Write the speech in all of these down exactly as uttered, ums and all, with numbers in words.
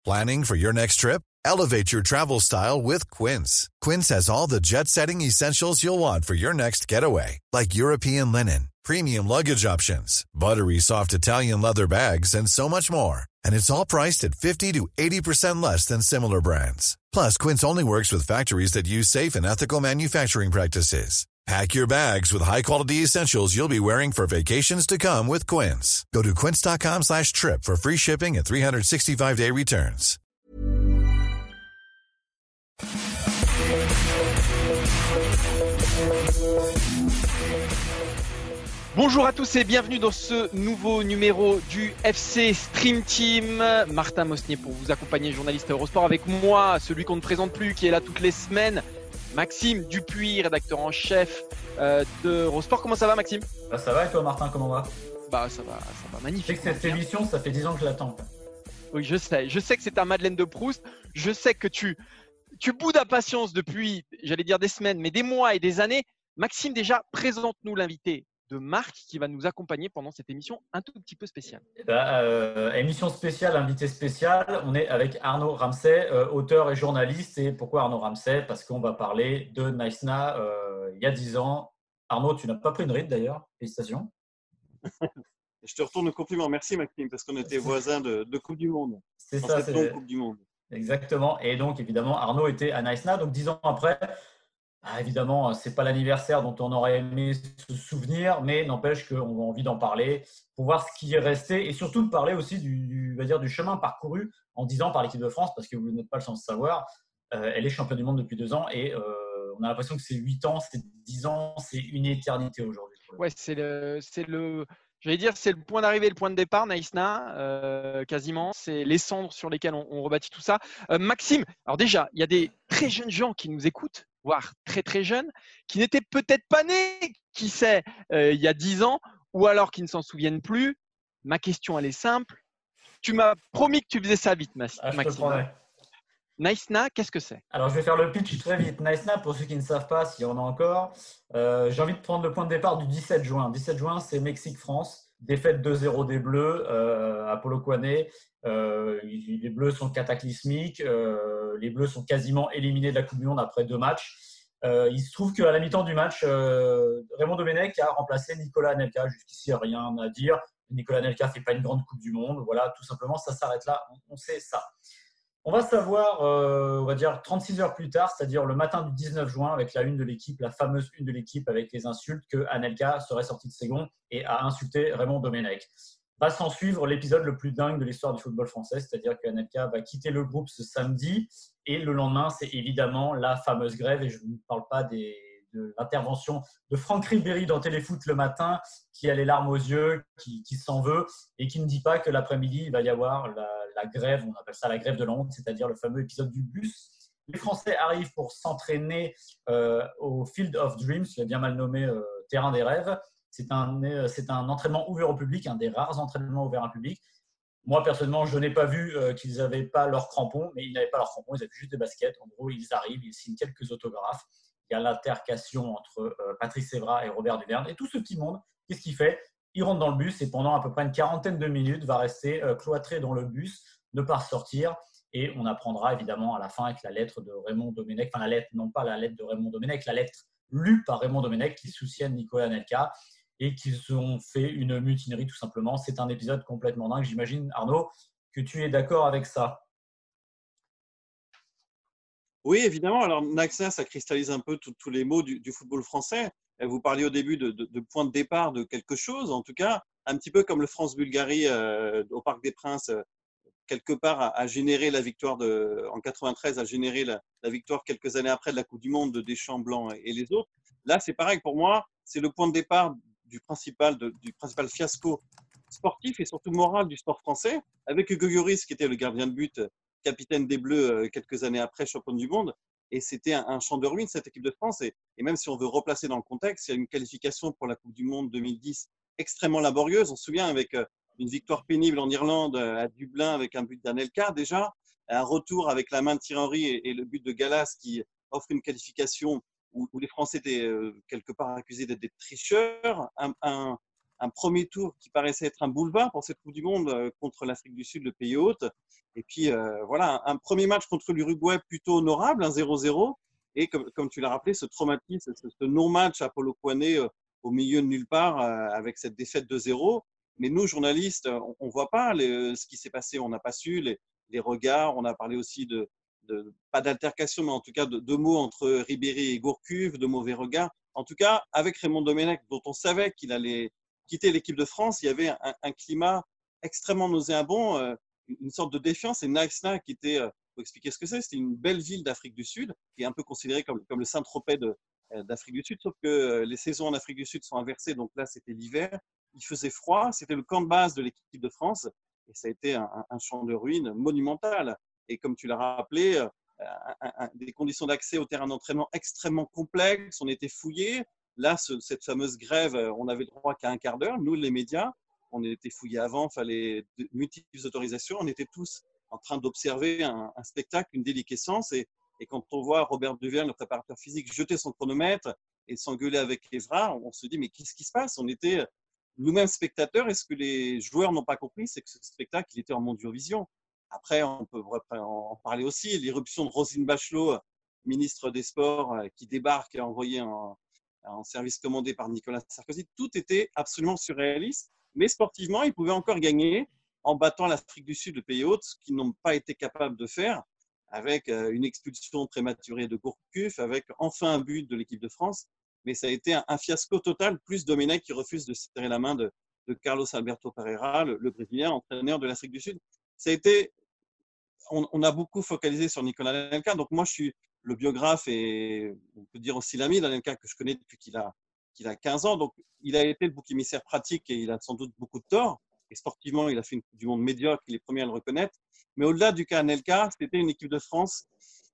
Planning for your next trip? Elevate your travel style with Quince. Quince has all the jet-setting essentials you'll want for your next getaway, like European linen, premium luggage options, buttery soft Italian leather bags, and so much more. And it's all priced at fifty to eighty percent less than similar brands. Plus, Quince only works with factories that use safe and ethical manufacturing practices. Pack your bags with high-quality essentials you'll be wearing for vacations to come with Quince. Go to quince.com slash trip for free shipping and three sixty-five day returns. Bonjour à tous et bienvenue dans ce nouveau numéro du F C Stream Team. Martin Mosnier pour vous accompagner, journaliste Eurosport, avec moi, celui qu'on ne présente plus, qui est là toutes les semaines, Maxime Dupuis, rédacteur en chef euh, de Eurosport. Comment ça va, Maxime ? Bah, ça va et toi, Martin, comment va ? Bah ça va, ça va magnifique. Je sais que cette émission, ça fait dix ans que je l'attends. Oui, je sais. Je sais que c'est ta Madeleine de Proust. Je sais que tu, tu boudes à patience depuis, j'allais dire des semaines, mais des mois et des années. Maxime, déjà, présente-nous l'invité de Marc qui va nous accompagner pendant cette émission un tout petit peu spéciale. Eh ben, euh, émission spéciale, invité spécial. On est avec Arnaud Ramsay, euh, auteur et journaliste. Et pourquoi Arnaud Ramsay ? Parce qu'on va parler de Naïsna euh, il y a dix ans. Arnaud, tu n'as pas pris une ride d'ailleurs. Félicitations. Je te retourne le compliment. Merci Maxime, parce qu'on était voisins de, de Coupe du Monde. C'est ça, c'est longue Coupe du Monde. Exactement. Et donc, évidemment, Arnaud était à Naïsna. Donc, dix ans après, ah, évidemment, ce n'est pas l'anniversaire dont on aurait aimé se souvenir, mais n'empêche qu'on a envie d'en parler pour voir ce qui est resté et surtout de parler aussi du, du, va dire, du chemin parcouru en dix ans par l'équipe de France, parce que vous n'êtes pas le sans savoir. Euh, elle est championne du monde depuis deux ans et euh, on a l'impression que c'est huit ans, c'est dix ans, c'est une éternité aujourd'hui. Ouais, c'est le, c'est le, j'allais dire, c'est le point d'arrivée et le point de départ, Naïsna, euh, quasiment. C'est les cendres sur lesquelles on, on rebâtit tout ça. Euh, Maxime, alors déjà, il y a des très jeunes gens qui nous écoutent, voire très très jeunes, qui n'étaient peut-être pas nés, qui sait, euh, il y a dix ans, ou alors qui ne s'en souviennent plus. Ma question, elle est simple. Tu m'as promis que tu faisais ça vite, Maxime. Ah, je te le promets. Naïsna, qu'est-ce que c'est ? Alors, je vais faire le pitch très vite. Naïsna, pour ceux qui ne savent pas, s'il y en a encore, euh, j'ai envie de prendre le point de départ du dix-sept juin. dix-sept juin, c'est Mexique-France. Défaite deux zéro des Bleus euh, à Polokwane. Euh, les Bleus sont cataclysmiques. Euh, les Bleus sont quasiment éliminés de la Coupe du Monde après deux matchs. Euh, il se trouve qu'à la mi-temps du match, euh, Raymond Domenech a remplacé Nicolas Anelka. Jusqu'ici, rien à dire. Nicolas Anelka ne fait pas une grande Coupe du Monde. Voilà, tout simplement, ça s'arrête là. On, on sait ça. On va savoir, euh, on va dire, trente-six heures plus tard, c'est-à-dire le matin du dix-neuf juin, avec la une de l'équipe, la fameuse une de l'équipe avec les insultes, que Anelka serait sorti de ses gonds et a insulté Raymond Domenech. Va s'en suivre l'épisode le plus dingue de l'histoire du football français, c'est-à-dire qu'Anelka va quitter le groupe ce samedi et le lendemain, c'est évidemment la fameuse grève. Et je ne parle pas des, de l'intervention de Franck Ribéry dans Téléfoot le matin, qui a les larmes aux yeux, qui, qui s'en veut et qui ne dit pas que l'après-midi, il va y avoir la, la grève, on appelle ça la grève de la honte, c'est-à-dire le fameux épisode du bus. Les Français arrivent pour s'entraîner euh, au Field of Dreams, je l'ai bien mal nommé euh, terrain des rêves. C'est un, euh, c'est un entraînement ouvert au public, un des rares entraînements ouverts au public. Moi, personnellement, je n'ai pas vu euh, qu'ils n'avaient pas leurs crampons, mais ils n'avaient pas leurs crampons, ils avaient juste des baskets. En gros, ils arrivent, ils signent quelques autographes. Il y a l'altercation entre euh, Patrice Evra et Robert Duverne. Et tout ce petit monde, qu'est-ce qu'il fait ? Il rentre dans le bus et pendant à peu près une quarantaine de minutes, va rester euh, cloîtré dans le bus, ne pas ressortir. Et on apprendra évidemment à la fin avec la lettre de Raymond Domenech, enfin la lettre, non pas la lettre de Raymond Domenech, la lettre lue par Raymond Domenech qui soutiennent Nicolas Anelka et qu'ils ont fait une mutinerie tout simplement. C'est un épisode complètement dingue. J'imagine, Arnaud, que tu es d'accord avec ça. Oui, évidemment. Alors, Naïsna, ça cristallise un peu tous les mots du, du football français. Vous parliez au début de, de, de point de départ de quelque chose, en tout cas, un petit peu comme le France-Bulgarie euh, au Parc des Princes, euh, quelque part, a, a généré la victoire de, en quatre-vingt-treize, a généré la, la victoire quelques années après de la Coupe du Monde de Deschamps, Blanc et, et les autres. Là, c'est pareil pour moi, c'est le point de départ du principal, de, du principal fiasco sportif et surtout moral du sport français, avec Hugo Lloris qui était le gardien de but, capitaine des Bleus quelques années après, champion du monde. Et c'était un, un champ de ruines, cette équipe de France. Et, et même si on veut replacer dans le contexte, il y a une qualification pour la Coupe du Monde deux mille dix extrêmement laborieuse. On se souvient avec une victoire pénible en Irlande à Dublin avec un but d'Anelka déjà, un retour avec la main de Thierry Henry et, et le but de Gallas qui offre une qualification où, où les Français étaient euh, quelque part accusés d'être des tricheurs, un, un, un premier tour qui paraissait être un boulevard pour cette Coupe du Monde euh, contre l'Afrique du Sud, le pays hôte. Et puis, euh, voilà, un, un premier match contre l'Uruguay plutôt honorable, un zéro zéro. Et comme, comme tu l'as rappelé, ce traumatisme, ce, ce non-match à Polokwane euh, au milieu de nulle part euh, avec cette défaite de zéro. Mais nous, journalistes, on ne voit pas les, ce qui s'est passé. On n'a pas su les, les regards. On a parlé aussi de, de pas d'altercation, mais en tout cas de, de mots entre Ribéry et Gourcuff, de mauvais regards. En tout cas, avec Raymond Domenech, dont on savait qu'il allait quitter l'équipe de France, il y avait un, un climat extrêmement nauséabond, euh, une sorte de défiance. Et Naïsna, qui était, il euh, faut expliquer ce que c'est, c'était une belle ville d'Afrique du Sud, qui est un peu considérée comme, comme le Saint-Tropez de, euh, d'Afrique du Sud, sauf que euh, les saisons en Afrique du Sud sont inversées, donc là c'était l'hiver, il faisait froid, c'était le camp de base de l'équipe de France, et ça a été un, un champ de ruines monumental. Et comme tu l'as rappelé, euh, un, un, des conditions d'accès au terrain d'entraînement extrêmement complexes, on était fouillés. Là, ce, cette fameuse grève, on n'avait le droit qu'à un quart d'heure. Nous, les médias, on était fouillés avant, il fallait de multiples autorisations. On était tous en train d'observer un, un spectacle, une déliquescence. Et, et quand on voit Robert Duvergne, le préparateur physique, jeter son chronomètre et s'engueuler avec Evra, on se dit, mais qu'est-ce qui se passe? On était nous-mêmes spectateurs. Et ce que les joueurs n'ont pas compris, c'est que ce spectacle, il était en mondiovision. Après, on peut en parler aussi. L'éruption de Roselyne Bachelot, ministre des Sports, qui débarque et envoyée en, en service commandé par Nicolas Sarkozy. Tout était absolument surréaliste. Mais sportivement, ils pouvaient encore gagner en battant l'Afrique du Sud, le pays hôte, ce qu'ils n'ont pas été capables de faire, avec une expulsion prématurée de Gourcuff, avec enfin un but de l'équipe de France. Mais ça a été un, un fiasco total, plus Domenech qui refuse de serrer la main de, de Carlos Alberto Pereira, le, le Brésilien, entraîneur de l'Afrique du Sud. Ça a été, on, on a beaucoup focalisé sur Nicolas Anelka. Donc moi, je suis le biographe et on peut dire aussi l'ami d'Anelka que je connais depuis qu'il a, qu'il a quinze ans. Donc il a été le bouc émissaire pratique et il a sans doute beaucoup de tort. Et sportivement, il a fait une Coupe du Monde médiocre, il est premier à le reconnaître. Mais au-delà du cas Anelka, c'était une équipe de France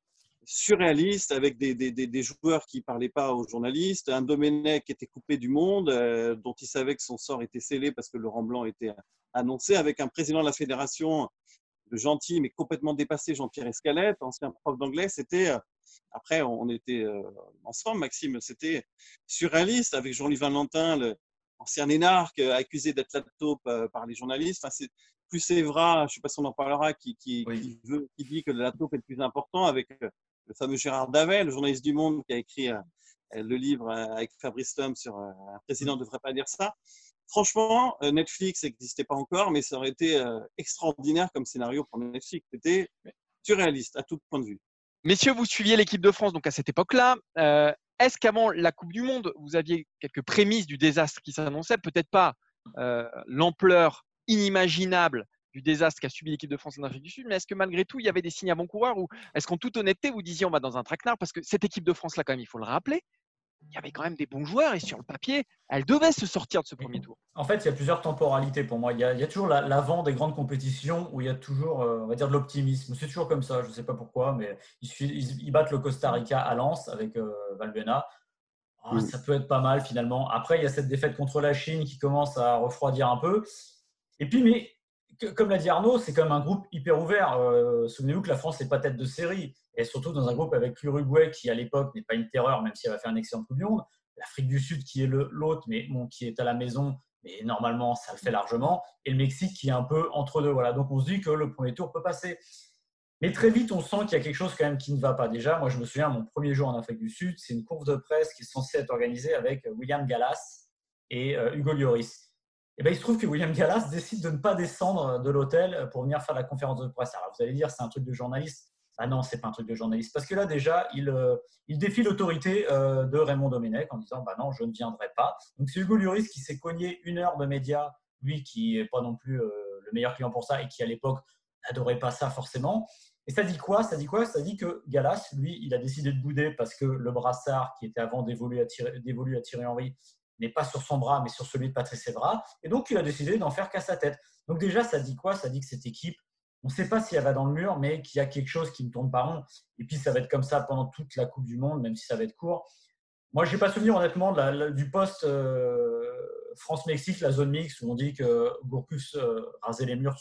surréaliste avec des, des, des, des joueurs qui ne parlaient pas aux journalistes, un Domenech qui était coupé du monde, euh, dont il savait que son sort était scellé parce que Laurent Blanc était annoncé, avec un président de la fédération de gentil mais complètement dépassé, Jean-Pierre Escalette, ancien prof d'anglais. C'était, euh, après on était euh, ensemble, Maxime, c'était surréaliste avec Jean-Louis Valentin, le ancien énarque, accusé d'être la taupe euh, par les journalistes. Enfin, c'est plus Evra, je ne sais pas si on en parlera, qui, qui, oui. qui, veut, qui dit que la taupe est le plus important, avec euh, le fameux Gérard Davet, le journaliste du Monde qui a écrit euh, le livre euh, avec Fabrice Lhomme sur euh, un président ne devrait pas dire ça. Franchement, euh, Netflix n'existait pas encore, mais ça aurait été euh, extraordinaire comme scénario pour Netflix. C'était surréaliste à tout point de vue. Messieurs, vous suiviez l'équipe de France donc à cette époque-là. Euh, est-ce qu'avant la Coupe du Monde, vous aviez quelques prémices du désastre qui s'annonçait? Peut-être pas euh, l'ampleur inimaginable du désastre qu'a subi l'équipe de France en Afrique du Sud, mais est-ce que malgré tout, il y avait des signes avant-coureurs ou est-ce qu'en toute honnêteté, vous disiez on va dans un traquenard? Parce que cette équipe de France-là, quand même, il faut le rappeler, il y avait quand même des bons joueurs et sur le papier, elle devait se sortir de ce premier tour. En fait, il y a plusieurs temporalités pour moi. Il y a, il y a toujours la, l'avant des grandes compétitions où il y a toujours, euh, on va dire, de l'optimisme. C'est toujours comme ça, je ne sais pas pourquoi, mais ils, ils, ils battent le Costa Rica à Lens avec euh, Valbuena. Oh, mmh. Ça peut être pas mal finalement. Après, il y a cette défaite contre la Chine qui commence à refroidir un peu. Et puis, mais comme l'a dit Arnaud, c'est quand même un groupe hyper ouvert. Euh, souvenez-vous que la France n'est pas tête de série. Et surtout dans un groupe avec l'Uruguay qui, à l'époque, n'est pas une terreur, même si elle va faire un excellent Coupe du Monde. L'Afrique du Sud qui est le, l'autre, mais bon, qui est à la maison, mais normalement, ça le fait largement. Et le Mexique qui est un peu entre deux. Voilà. Donc, on se dit que le premier tour peut passer. Mais très vite, on sent qu'il y a quelque chose quand même qui ne va pas. Déjà, moi, je me souviens, mon premier jour en Afrique du Sud, c'est une course de presse qui est censée être organisée avec William Gallas et euh, Hugo Lloris. Et ben, il se trouve que William Gallas décide de ne pas descendre de l'hôtel pour venir faire la conférence de presse. Alors, vous allez dire, c'est un truc de journaliste. Ah non, c'est pas un truc de journaliste. Parce que là, déjà, il, euh, il défie l'autorité euh, de Raymond Domenech en disant bah non, je ne viendrai pas. Donc, c'est Hugo Lloris qui s'est cogné une heure de médias, lui qui n'est pas non plus euh, le meilleur client pour ça et qui, à l'époque, n'adorait pas ça forcément. Et ça dit quoi? Ça dit quoi? Ça dit que Gallas, lui, il a décidé de bouder parce que le brassard qui était avant dévolu à Thierry, dévolu à Thierry Henry n'est pas sur son bras, mais sur celui de Patrice Evra. Et donc, il a décidé d'en faire qu'à sa tête. Donc déjà, ça dit quoi? Ça dit que cette équipe, on ne sait pas si elle va dans le mur, mais qu'il y a quelque chose qui ne tourne pas rond. Et puis, ça va être comme ça pendant toute la Coupe du Monde, même si ça va être court. Moi, je n'ai pas souvenir, honnêtement, de la, la, du poste euh, France-Mexique, la zone mixte, où on dit que Gourcuff euh, rasait les murs, tout ça.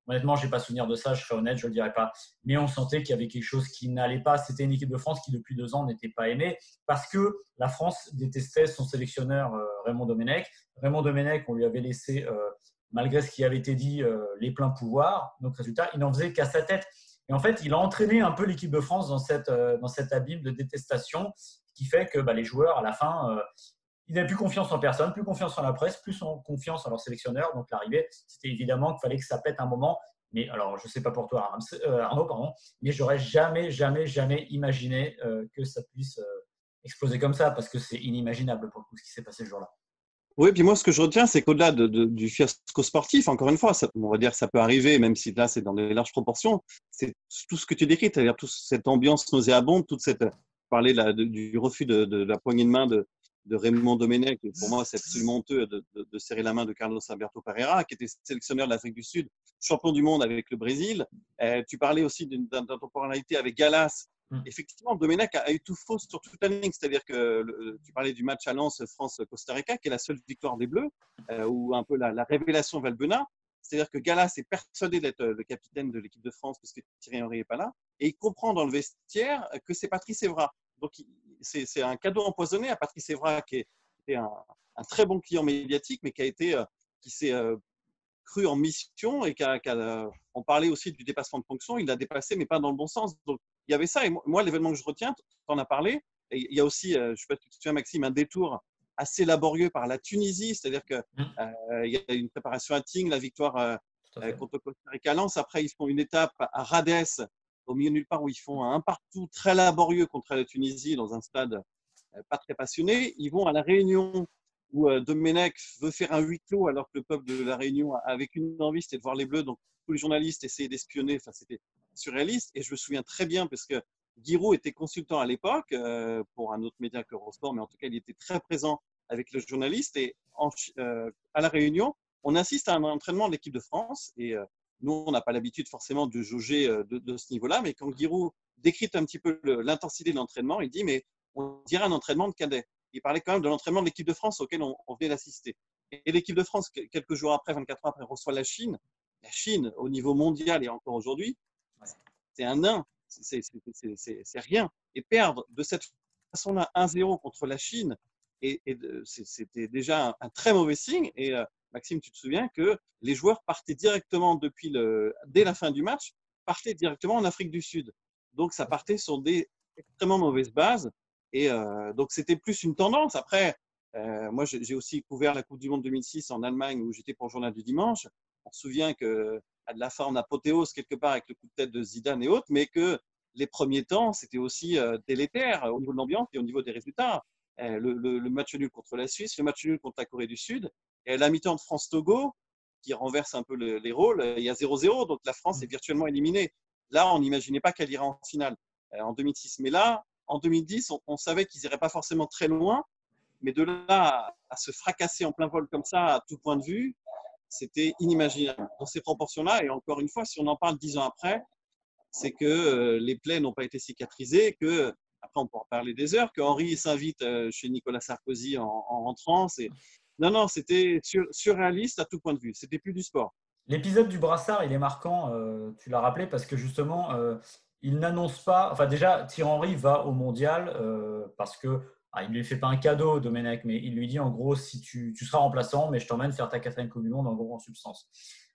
Honnêtement, je n'ai pas souvenir de ça, je serais honnête, je ne le dirais pas. Mais on sentait qu'il y avait quelque chose qui n'allait pas. C'était une équipe de France qui, depuis deux ans, n'était pas aimée parce que la France détestait son sélectionneur euh, Raymond Domenech. Raymond Domenech, on lui avait laissé, euh, malgré ce qui avait été dit, euh, les pleins pouvoirs. Donc, résultat, il n'en faisait qu'à sa tête. Et en fait, il a entraîné un peu l'équipe de France dans, cette, euh, dans cet abîme de détestation qui fait que bah, les joueurs, à la fin, euh, ils n'avaient plus confiance en personne, plus confiance en la presse, plus en confiance en leur sélectionneur. Donc, l'arrivée, c'était évidemment qu'il fallait que ça pète un moment. Mais alors, je ne sais pas pour toi, Arnaud, pardon, mais je n'aurais jamais, jamais, jamais imaginé euh, que ça puisse euh, exploser comme ça parce que c'est inimaginable pour le coup ce qui s'est passé ce jour-là. Oui, puis moi, ce que je retiens, c'est qu'au-delà de, de, du fiasco sportif, encore une fois, ça, on va dire que ça peut arriver, même si là, c'est dans des larges proportions, c'est tout ce que tu décris, c'est-à-dire toute cette ambiance nauséabonde, toute cette… Parler là, de, du refus de, de, de la poignée de main de, de Raymond Domenech. Pour moi, c'est absolument honteux de, de, de serrer la main de Carlos Alberto Pereira, qui était sélectionneur de l'Afrique du Sud, champion du monde avec le Brésil. Euh, tu parlais aussi d'une temporalité avec Gallas. Mm. Effectivement, Domenech a, a eu tout faux sur toute la ligne. C'est-à-dire que le, tu parlais du match à Lens France-Costa Rica, qui est la seule victoire des Bleus, euh, ou un peu la, la révélation Valbuena. C'est-à-dire que Gallas est persuadé d'être le capitaine de l'équipe de France parce que Thierry Henry n'est pas là. Et il comprend dans le vestiaire que c'est Patrice Evra. Donc, c'est, c'est un cadeau empoisonné à Patrice Evra, qui est, qui est un, un très bon client médiatique, mais qui, a été, qui s'est euh, cru en mission et qui a, qui a, on parlait aussi du dépassement de fonction. Il l'a dépassé, mais pas dans le bon sens. Donc, il y avait ça. Et moi, l'événement que je retiens, tu en as parlé. Et il y a aussi, je ne sais pas si tu te souviens, Maxime, un détour assez laborieux par la Tunisie. C'est-à-dire qu'il euh, y a une préparation à Tignes, la victoire euh, contre Costa Rica Lens. Après, ils font une étape à Rades, au milieu de nulle part, où ils font un partout très laborieux contre la Tunisie dans un stade pas très passionné. Ils vont à la Réunion où Domenech veut faire un huis clos alors que le peuple de la Réunion avait qu'une envie, c'était de voir les Bleus. Donc tous les journalistes essayaient d'espionner. Enfin, c'était surréaliste. Et je me souviens très bien parce que Giroud était consultant à l'époque euh, pour un autre média que Eurosport, mais en tout cas, il était très présent avec le journaliste. Et en, euh, à la Réunion, on assiste à un entraînement de l'équipe de France et euh, nous, on n'a pas l'habitude forcément de jauger de, de ce niveau-là, mais quand Giroud décrit un petit peu le, l'intensité de l'entraînement, il dit mais on dirait un entraînement de cadet. Il parlait quand même de l'entraînement de l'équipe de France auquel on, on venait d'assister. Et l'équipe de France, quelques jours après, vingt-quatre heures après, reçoit la Chine. La Chine, au niveau mondial et encore aujourd'hui, c'est un nain, c'est, c'est, c'est, c'est, c'est rien. Et perdre de cette façon-là un zéro contre la Chine, et, et de, c'était déjà un, un très mauvais signe. Et euh, Maxime, tu te souviens que les joueurs partaient directement depuis le, dès la fin du match, partaient directement en Afrique du Sud. Donc ça partait sur des extrêmement mauvaises bases. Et euh, donc c'était plus une tendance. Après, euh, moi j'ai aussi couvert la Coupe du Monde deux mille six en Allemagne où j'étais pour le journal du dimanche. On se souvient que à de la fin en apothéose quelque part avec le coup de tête de Zidane et autres, mais que les premiers temps c'était aussi euh, délétère au niveau de l'ambiance et au niveau des résultats. Euh, le, le, le match nul contre la Suisse, le match nul contre la Corée du Sud, et à la mi-temps de France-Togo qui renverse un peu le, les rôles, il y a zéro zéro, donc la France est virtuellement éliminée. Là, on n'imaginait pas qu'elle irait en finale euh, en deux mille six, mais là, en deux mille dix, on, on savait qu'ils n'iraient pas forcément très loin, mais de là à, à se fracasser en plein vol comme ça, à tout point de vue, c'était inimaginable dans ces proportions-là. Et encore une fois, si on en parle dix ans après, c'est que euh, les plaies n'ont pas été cicatrisées, que, après on pourra en parler des heures, que Henri s'invite euh, chez Nicolas Sarkozy en, en rentrant. C'est… Non, non, c'était sur, surréaliste à tout point de vue. C'était plus du sport. L'épisode du brassard, il est marquant, euh, tu l'as rappelé, parce que justement, euh, il n'annonce pas… Enfin déjà, Thierry Henry va au mondial euh, parce que ah, il ne lui fait pas un cadeau, Domenech, mais il lui dit en gros, si tu, tu seras remplaçant, mais je t'emmène faire ta quatrième Coupe du Monde, en gros, en substance.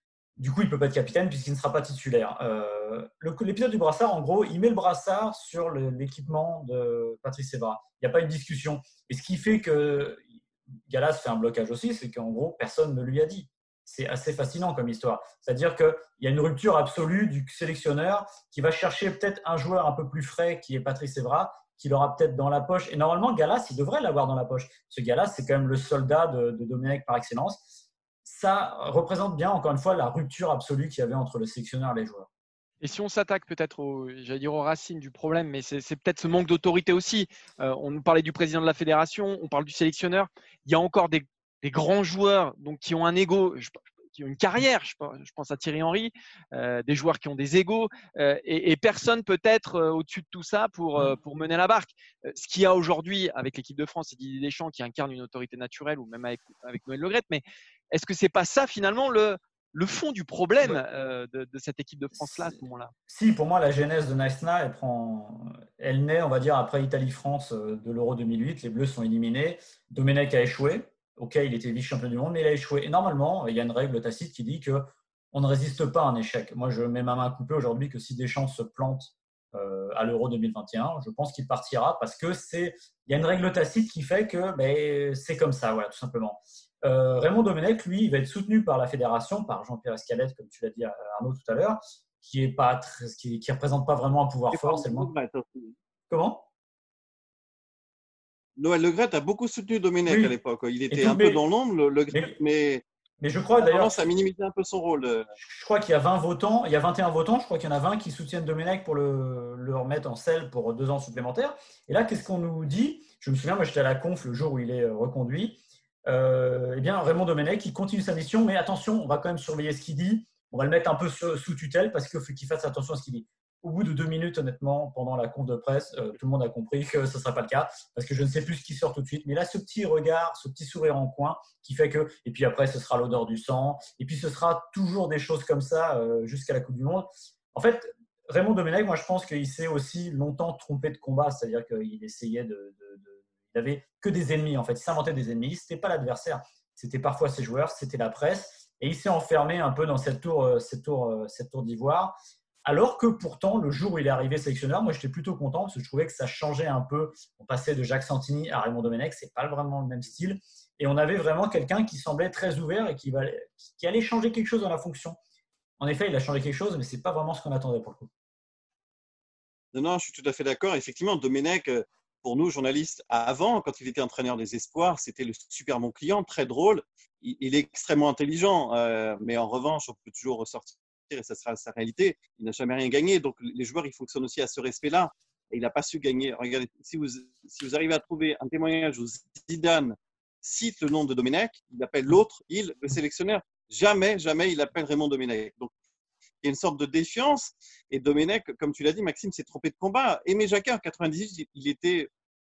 Du coup, il ne peut pas être capitaine puisqu'il ne sera pas titulaire. Euh, le, l'épisode du brassard, en gros, il met le brassard sur le, l'équipement de Patrice Evra. Il n'y a pas eu de discussion. Et ce qui fait que Gallas fait un blocage aussi, c'est qu'en gros, personne ne lui a dit. C'est assez fascinant comme histoire. C'est-à-dire qu'il y a une rupture absolue du sélectionneur qui va chercher peut-être un joueur un peu plus frais qui est Patrice Evra, qui l'aura peut-être dans la poche. Et normalement, Gallas, il devrait l'avoir dans la poche. Ce Gallas, c'est quand même le soldat de, de Domenech par excellence. Ça représente bien, encore une fois, la rupture absolue qu'il y avait entre le sélectionneur et les joueurs. Et si on s'attaque peut-être au, j'allais dire aux racines du problème, mais c'est, c'est peut-être ce manque d'autorité aussi. Euh, on nous parlait du président de la fédération, on parle du sélectionneur. Il y a encore des, des grands joueurs donc, qui ont un ego, je, qui ont une carrière. Je, je pense à Thierry Henry, euh, des joueurs qui ont des égos euh, et, et personne peut-être euh, au-dessus de tout ça pour, euh, pour mener la barque. Euh, ce qu'il y a aujourd'hui avec l'équipe de France, c'est Didier Deschamps qui incarne une autorité naturelle ou même avec, avec Noël Le Graët. Mais est-ce que c'est pas ça finalement le le fond du problème euh, de, de cette équipe de France-là à ce moment-là. Si, pour moi, la genèse de Naïsna, elle, prend... elle naît, on va dire, après Italie-France de l'Euro deux mille huit. Les Bleus sont éliminés. Domenech a échoué. Ok, il était vice-champion du monde, mais il a échoué. Et normalement, il y a une règle tacite qui dit qu'on ne résiste pas à un échec. Moi, je mets ma main coupée aujourd'hui que si Deschamps se plante euh, à l'Euro deux mille vingt et un, je pense qu'il partira parce que c'est, il y a une règle tacite qui fait que ben, c'est comme ça, voilà, tout simplement. Euh, Raymond Domenech, lui, il va être soutenu par la fédération, par Jean-Pierre Escalette, comme tu l'as dit Arnaud tout à l'heure, qui est pas très, qui, qui représente pas vraiment un pouvoir Et fort. par C'est le moins... Le Gret aussi. Comment? Noël Le Gret a beaucoup soutenu Domenech Oui. à l'époque. Il était tout, un mais, peu dans l'ombre, Le, le Gret, mais, mais, mais je crois il a d'ailleurs, tendance à minimiser un peu son rôle. je crois qu'il y a vingt votants, il y a vingt et un votants, je crois qu'il y en a vingt qui soutiennent Domenech pour le, le remettre en selle pour deux ans supplémentaires. Et là, qu'est-ce qu'on nous dit? Je me souviens, moi j'étais à la conf le jour où il est reconduit. Euh, eh bien, Raymond Domenech, il continue sa mission, mais attention, on va quand même surveiller ce qu'il dit. On va le mettre un peu sous tutelle parce qu'il faut qu'il fasse attention à ce qu'il dit. Au bout de deux minutes, honnêtement, pendant la conf de presse, euh, tout le monde a compris que ce ne sera pas le cas parce que je ne sais plus ce qui sort tout de suite. Mais là, ce petit regard, ce petit sourire en coin qui fait que… Et puis après, ce sera l'odeur du sang. Et puis, ce sera toujours des choses comme ça euh, jusqu'à la Coupe du Monde. En fait, Raymond Domenech, moi, je pense qu'il s'est aussi longtemps trompé de combat. C'est-à-dire qu'il essayait de… de, de il n'avait que des ennemis, en fait. Il s'inventait des ennemis. Ce n'était pas l'adversaire. C'était parfois ses joueurs, c'était la presse. Et il s'est enfermé un peu dans cette tour, cette tour, cette tour d'ivoire. Alors que pourtant, le jour où il est arrivé sélectionneur, moi, j'étais plutôt content parce que je trouvais que ça changeait un peu. On passait de Jacques Santini à Raymond Domenech. Ce n'est pas vraiment le même style. Et on avait vraiment quelqu'un qui semblait très ouvert et qui, valait, qui allait changer quelque chose dans la fonction. En effet, il a changé quelque chose, mais ce n'est pas vraiment ce qu'on attendait pour le coup. Non, non, je suis tout à fait d'accord. Effectivement, Domenech… Pour nous, journalistes, avant, quand il était entraîneur des espoirs, c'était le super bon client, très drôle. Il, il est extrêmement intelligent, euh, mais en revanche, on peut toujours ressortir, et ça sera sa réalité. Il n'a jamais rien gagné. Donc, les joueurs, ils fonctionnent aussi à ce respect-là. Et il n'a pas su gagner. Regardez, si vous, si vous arrivez à trouver un témoignage où Zidane cite le nom de Domenech, il appelle l'autre, il, le sélectionneur. Jamais, jamais, il appelle Raymond Domenech. Donc, il y a une sorte de défiance. Et Domenech, comme tu l'as dit, Maxime, s'est trompé de combat. Aimé Jacquet, en quatre-vingt-dix-huit, il était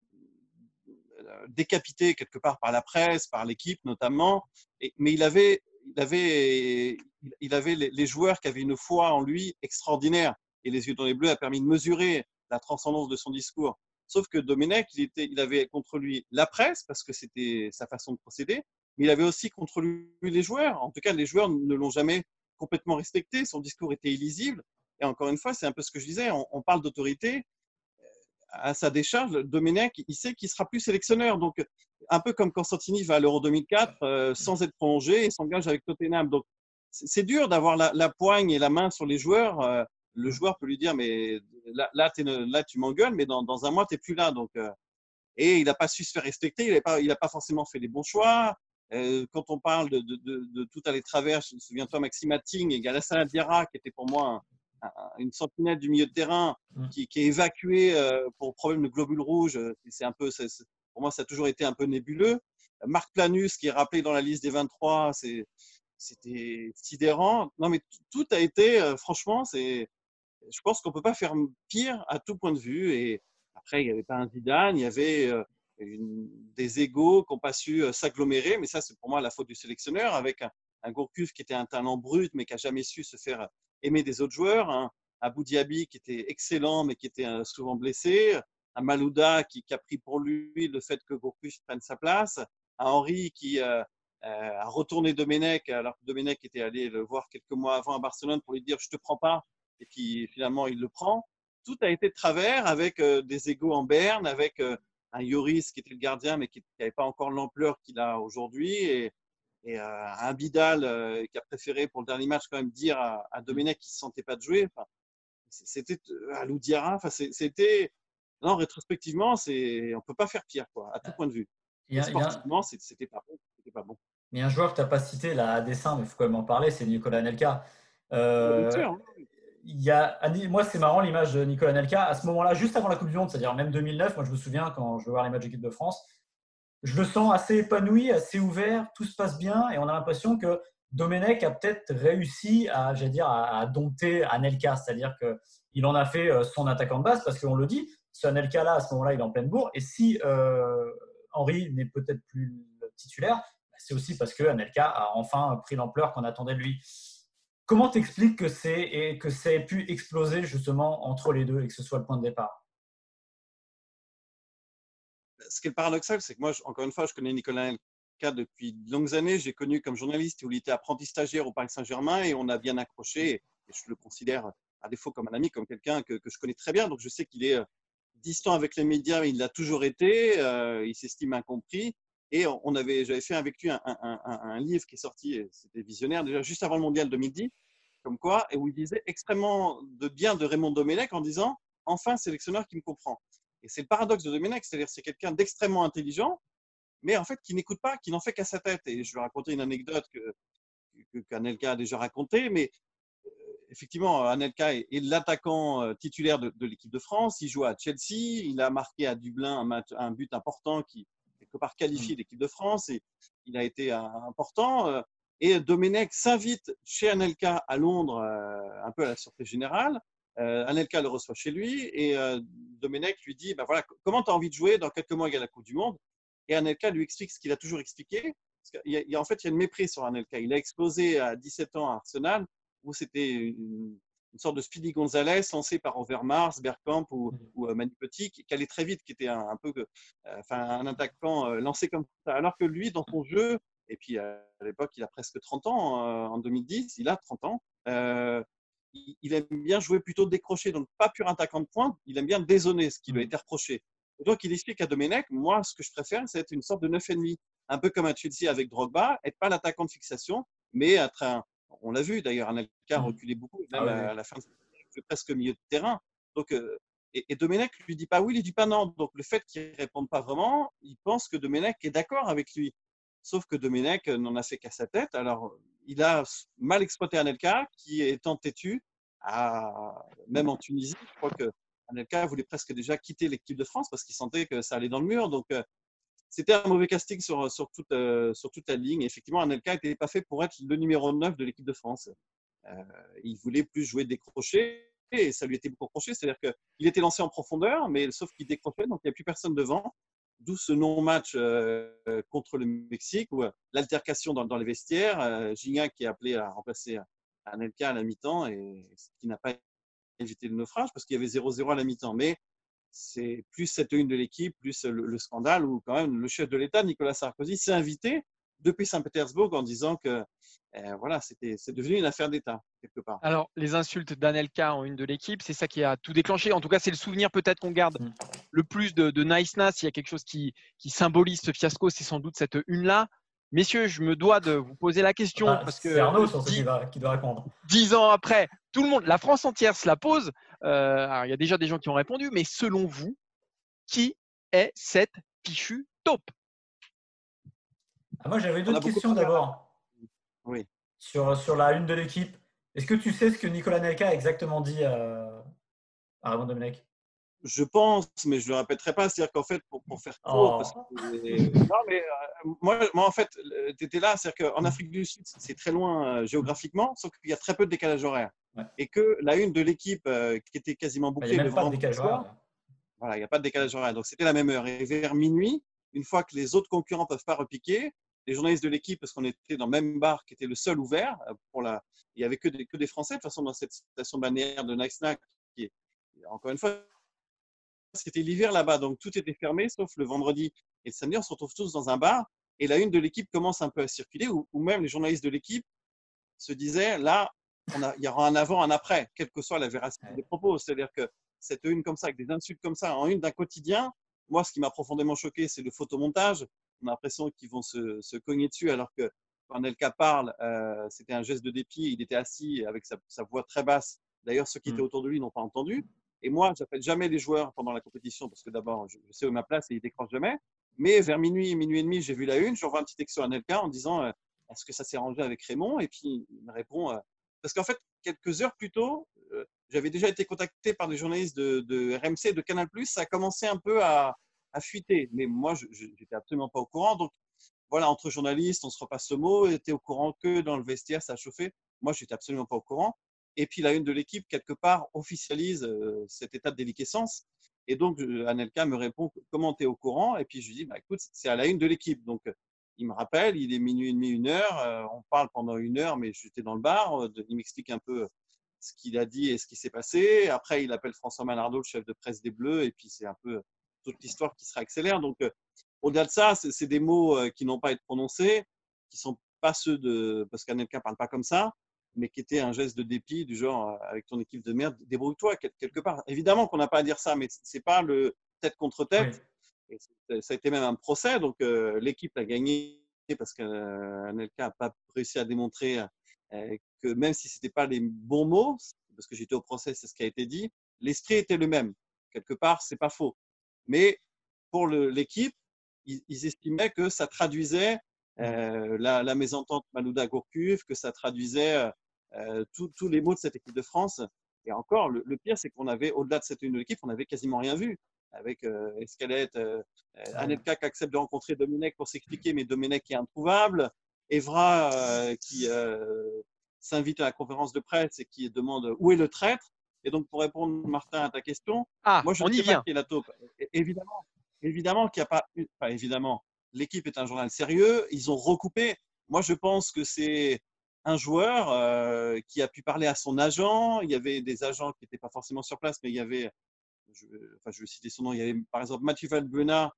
décapité quelque part par la presse, par l'équipe notamment. Et, mais il avait, il avait, il avait les, les joueurs qui avaient une foi en lui extraordinaire. Et Les Yeux dans les Bleus a permis de mesurer la transcendance de son discours. Sauf que Domenech, il, était, il avait contre lui la presse, parce que c'était sa façon de procéder, mais il avait aussi contre lui les joueurs. En tout cas, les joueurs ne l'ont jamais complètement respecté. Son discours était illisible. Et encore une fois, c'est un peu ce que je disais, on, on parle d'autorité. À sa décharge, Domenech, il sait qu'il ne sera plus sélectionneur. Donc, un peu comme quand Santini va à l'Euro deux mille quatre euh, sans être prolongé et s'engage avec Tottenham. Donc, c'est dur d'avoir la, la poigne et la main sur les joueurs. Euh, le joueur peut lui dire, mais là, là, là tu m'engueules, mais dans, dans un mois, tu n'es plus là. Donc, euh, et il n'a pas su se faire respecter. Il n'a pas, pas forcément fait les bons choix. Euh, quand on parle de, de, de, de tout à les travers, souviens-toi Maxime Atting et Alassane Diarra, qui était pour moi un, une sentinelle du milieu de terrain qui, qui est évacué euh, pour problème de globules rouges. C'est un peu, c'est, c'est, pour moi, ça a toujours été un peu nébuleux. Marc Planus, qui est rappelé dans la liste des vingt-trois, c'est, c'était sidérant. Non, mais tout a été, euh, franchement, c'est, je pense qu'on ne peut pas faire pire à tout point de vue. Et après, il n'y avait pas un Zidane, il y avait euh, une, des égos qui n'ont pas su euh, s'agglomérer. Mais ça, c'est pour moi la faute du sélectionneur, avec un, un Gourcuff qui était un talent brut, mais qui n'a jamais su se faire aimer des autres joueurs, un Abou Diaby qui était excellent mais qui était souvent blessé, un Malouda qui, qui a pris pour lui le fait que Gourcuff prenne sa place, un Henry qui euh, euh, a retourné Domenech alors que Domenech était allé le voir quelques mois avant à Barcelone pour lui dire je te prends pas et puis finalement il le prend. Tout a été de travers avec euh, des égos en berne, avec euh, un Lloris qui était le gardien mais qui n'avait pas encore l'ampleur qu'il a aujourd'hui et Et euh, un Bidal euh, qui a préféré pour le dernier match quand même dire à, à Domenech qu'il ne se sentait pas de jouer. Enfin, c'était à Loudiara. Enfin, c'était non rétrospectivement, c'est on peut pas faire pire quoi, à tout point de vue. Il y a, sportivement, il y a... c'était pas bon, c'était pas bon. Il y a un joueur que tu n'as pas cité là à dessein, mais il faut quand même en parler, c'est Nicolas Anelka. Euh, bien sûr. Il y a, moi, c'est marrant l'image de Nicolas Anelka à ce moment-là, juste avant la Coupe du Monde, c'est-à-dire même deux mille neuf. Moi, je me souviens quand je vais voir les matchs d'équipe de France. Je le sens assez épanoui, assez ouvert, tout se passe bien et on a l'impression que Domenech a peut-être réussi à, j'allais dire, à dompter Anelka, c'est-à-dire qu'il en a fait son attaquant de base parce qu'on le dit, ce Anelka-là, à ce moment-là, il est en pleine bourre et si euh, Henry n'est peut-être plus titulaire, c'est aussi parce que Anelka a enfin pris l'ampleur qu'on attendait de lui. comment t'expliques que c'est et que ça ait pu exploser justement entre les deux et que ce soit le point de départ? Ce qui est paradoxal, c'est que moi, je- encore une fois, je connais Nicolas Anelka depuis de longues années. J'ai connu comme journaliste où il était apprenti stagiaire au Paris Saint-Germain et on a bien accroché. Et je le considère, à défaut, comme un ami, comme quelqu'un que, que je connais très bien. Donc, je sais qu'il est euh, distant avec les médias, mais il l'a toujours été. Euh, il s'estime incompris. Et on avait, j'avais fait avec lui un, un- un- un livre qui est sorti, et c'était visionnaire, déjà juste avant le mondial deux mille dix, comme quoi, et où il disait extrêmement de bien de Raymond Domenech en disant enfin, sélectionneur qui me comprend. Et c'est le paradoxe de Domenech, c'est-à-dire c'est quelqu'un d'extrêmement intelligent, mais en fait qui n'écoute pas, qui n'en fait qu'à sa tête. Et je vais raconter une anecdote que, que qu'Anelka a déjà racontée, mais euh, effectivement, Anelka est, est l'attaquant euh, titulaire de, de l'équipe de France. Il joue à Chelsea, il a marqué à Dublin un, match, un but important qui quelque part qualifie l'équipe de France et il a été euh, important. Euh, et Domenech s'invite chez Anelka à Londres, euh, un peu à la surprise générale. Euh, Anelka le reçoit chez lui et euh, Domenech lui dit bah voilà, comment tu as envie de jouer dans quelques mois il y a la Coupe du Monde. Et Anelka lui explique ce qu'il a toujours expliqué. Parce qu'il y a, il y a, en fait, il y a une méprise sur Anelka. Il a explosé à dix-sept ans à Arsenal, où c'était une, une sorte de Speedy Gonzalez lancé par Overmars, Bergkamp ou, ou euh, Manu Petit, qui, qui allait très vite, qui était un, un peu, euh, enfin, un attaquant euh, lancé comme ça. Alors que lui, dans son jeu, et puis euh, à l'époque, il a presque trente ans, euh, en deux mille dix, il a trente ans. Euh, il, il aime bien jouer plutôt décroché, donc pas pur attaquant de pointe, il aime bien dézonner, ce qui lui a été reproché. Et donc, il explique à Domenech, moi, ce que je préfère, c'est être une sorte de neuf et demi, un peu comme à Chelsea avec Drogba, être pas l'attaquant de fixation, mais être un, on l'a vu d'ailleurs, Anelka a reculé beaucoup, Ah même oui, oui. à la fin, il fait presque milieu de terrain. Donc, euh, et, et Domenech lui dit pas oui, il lui dit pas non. Donc, le fait qu'il réponde pas vraiment, il pense que Domenech est d'accord avec lui. Sauf que Domenech n'en a fait qu'à sa tête. Alors, il a mal exploité Anelka, qui étant têtu, à, même en Tunisie, je crois que Anelka voulait presque déjà quitter l'équipe de France parce qu'il sentait que ça allait dans le mur. Donc, euh, c'était un mauvais casting sur, sur, toute, euh, sur toute la ligne. Et effectivement, Anelka n'était pas fait pour être le numéro neuf de l'équipe de France. Euh, il voulait plus jouer décroché et ça lui était beaucoup reproché. C'est-à-dire qu'il était lancé en profondeur, mais sauf qu'il décrochait, donc il n'y a plus personne devant. D'où ce non-match euh, contre le Mexique, ou euh, l'altercation dans, dans les vestiaires. Euh, Gignac qui est appelé à remplacer Anelka à la mi-temps et ce qui n'a pas évité le naufrage parce qu'il y avait zéro zéro à la mi-temps. Mais c'est plus cette une de l'équipe, plus le, le scandale où quand même le chef de l'État, Nicolas Sarkozy, s'est invité depuis Saint-Pétersbourg en disant que euh, voilà, c'était, c'est devenu une affaire d'État quelque part. Alors, les insultes d'Anelka en une de l'équipe, c'est ça qui a tout déclenché. En tout cas, c'est le souvenir peut-être qu'on garde Mm. le plus de, de niceness. S'il y a quelque chose qui, qui symbolise ce fiasco, c'est sans doute cette une-là. Messieurs, je me dois de vous poser la question Bah, parce c'est Arnaud que sur ce qui dix, va, qui doit répondre. dix ans après, tout le monde, la France entière se la pose. Euh, alors, il y a déjà des gens qui ont répondu, mais selon vous, qui est cette fichue taupe? Ah, moi, j'avais une On a autre beaucoup question parlé. d'abord Oui. sur, sur la une de l'équipe. Est-ce que tu sais ce que Nicolas Anelka a exactement dit à, à Raymond Domenech? Je pense, mais je ne le répéterai pas. C'est-à-dire qu'en fait, pour, pour faire court, parce que Oh. non, mais euh, moi, moi, en fait, tu étais là. C'est-à-dire qu'en Afrique du Sud, c'est très loin euh, géographiquement, sauf qu'il y a très peu de décalage horaire. Ouais. Et que la une de l'équipe euh, qui était quasiment Bah, il n'y bouclée a le même pas de vendredi décalage soir, horaire. voilà, il n'y a pas de décalage horaire. Donc, c'était la même heure. Et vers minuit, une fois que les autres concurrents ne peuvent pas repiquer, les journalistes de l'équipe, parce qu'on était dans le même bar qui était le seul ouvert, pour la... il n'y avait que des, que des Français. De toute façon, dans cette station balnéaire de Naïsna, qui est, encore une fois, c'était l'hiver là-bas. Donc, tout était fermé, sauf le vendredi et le samedi. On se retrouve tous dans un bar. Et la une de l'équipe commence un peu à circuler, ou même les journalistes de l'équipe se disaient, là, on a, il y aura un avant, un après, quelle que soit la véracité Ouais. des propos. C'est-à-dire que cette une comme ça, avec des insultes comme ça, en une d'un quotidien, moi, ce qui m'a profondément choqué, c'est le photomontage. On a l'impression qu'ils vont se, se cogner dessus, alors que quand Anelka parle, euh, c'était un geste de dépit. Il était assis avec sa, sa voix très basse. D'ailleurs, ceux qui étaient Mm. autour de lui n'ont pas entendu. Et moi, j'appelle jamais les joueurs pendant la compétition, parce que d'abord, je, je sais où est ma place et ils décrochent jamais. Mais vers minuit, minuit et demi, j'ai vu la une. J'envoie un petit texto à Anelka en disant euh, est-ce que ça s'est rangé avec Raymond? Et puis, il me répond euh, parce qu'en fait, quelques heures plus tôt, euh, j'avais déjà été contacté par des journalistes de, de R M C, de Canal+. Ça a commencé un peu à, à fuiter. Mais moi, je n'étais absolument pas au courant. Donc, voilà, entre journalistes, on se repasse le mot. Était au courant que dans le vestiaire, ça a chauffé. Moi, je n'étais absolument pas au courant. Et puis, la une de l'équipe, quelque part, officialise euh, cet état de déliquescence. Et donc, euh, Anelka me répond comment tu es au courant? Et puis, je lui dis bah, écoute, c'est à la une de l'équipe. Donc, il me rappelle, il est minuit et demi, une heure, euh, on parle pendant une heure, mais j'étais dans le bar, euh, il m'explique un peu ce qu'il a dit et ce qui s'est passé. Après, il appelle François Manardo, le chef de presse des Bleus, et puis c'est un peu toute l'histoire qui se réaccélère. Donc, euh, au-delà de ça, c'est, c'est des mots euh, qui n'ont pas à être prononcés, qui sont pas ceux de… Parce qu'Anelka ne parle pas comme ça, mais qui étaient un geste de dépit du genre, euh, avec ton équipe de merde, débrouille-toi quelque part. Évidemment qu'on n'a pas à dire ça, mais c'est pas le tête contre tête. Oui. Et ça a été même un procès, donc euh, l'équipe a gagné parce qu'Anelka n'a pas réussi à démontrer euh, que même si ce n'était pas les bons mots, parce que j'étais au procès, c'est ce qui a été dit, l'esprit était le même. Quelque part, ce n'est pas faux. Mais pour le, l'équipe, ils, ils estimaient que ça traduisait euh, la, la mésentente Malouda-Gourcuff, que ça traduisait euh, tous les mots de cette équipe de France. Et encore, le, le pire, c'est qu'on avait, au-delà de cette une de l'équipe, on n'avait quasiment rien vu. Avec euh, Escalette, euh, Anelka qui accepte de rencontrer Domenech pour s'expliquer, mais Domenech qui est introuvable, Evra euh, qui euh, s'invite à la conférence de presse et qui demande où est le traître. Et donc, pour répondre, Martin, à ta question, ah, moi, je on ne y sais vient. pas qui est la taupe. Évidemment, évidemment qu'il n'y a pas… Enfin, évidemment, l'équipe est un journal sérieux. Ils ont recoupé. Moi, je pense que c'est un joueur euh, qui a pu parler à son agent. Il y avait des agents qui n'étaient pas forcément sur place, mais il y avait… Je, enfin, je vais citer son nom, il y avait par exemple Mathieu Valbuena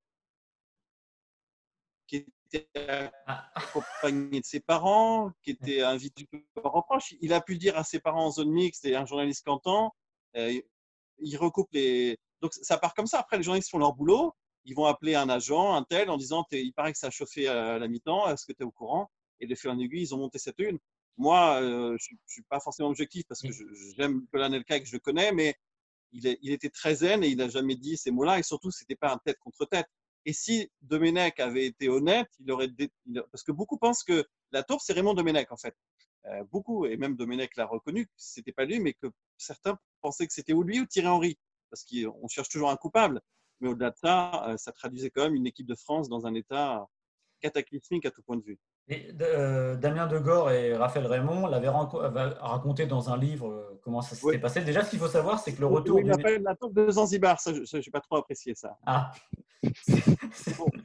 qui était accompagné de ses parents, qui était invité par reproche. Il a pu dire à ses parents en zone mixte et un journaliste Cantan, euh, il recoupe les… Donc ça part comme ça. Après, les journalistes font leur boulot, ils vont appeler un agent, un tel, en disant il paraît que ça a chauffé à la mi-temps, est-ce que tu es au courant? Et de fil en aiguille, ils ont monté cette une. Moi, euh, je ne suis pas forcément objectif parce que je, j'aime Nicolas Anelka et que je le connais, mais Il, est, il était très zen et il n'a jamais dit ces mots-là. Et surtout, ce n'était pas un tête contre tête. Et si Domenech avait été honnête, il aurait. Il, parce que beaucoup pensent que la taupe, c'est Raymond Domenech, en fait. Euh, beaucoup, et même Domenech l'a reconnu, que ce n'était pas lui, mais que certains pensaient que c'était ou lui ou Thierry Henry. Parce qu'on cherche toujours un coupable. Mais au-delà de ça, ça traduisait quand même une équipe de France dans un état cataclysmique à tout point de vue. Et, euh, Damien Degore et Raphaël Raymond l'avaient raconté dans un livre euh, comment ça s'était oui. passé. Déjà, ce qu'il faut savoir, c'est que le retour… Oui, il appelle la taupe de Zanzibar. Ça, je n'ai pas trop apprécié ça. Ah, c'est bon.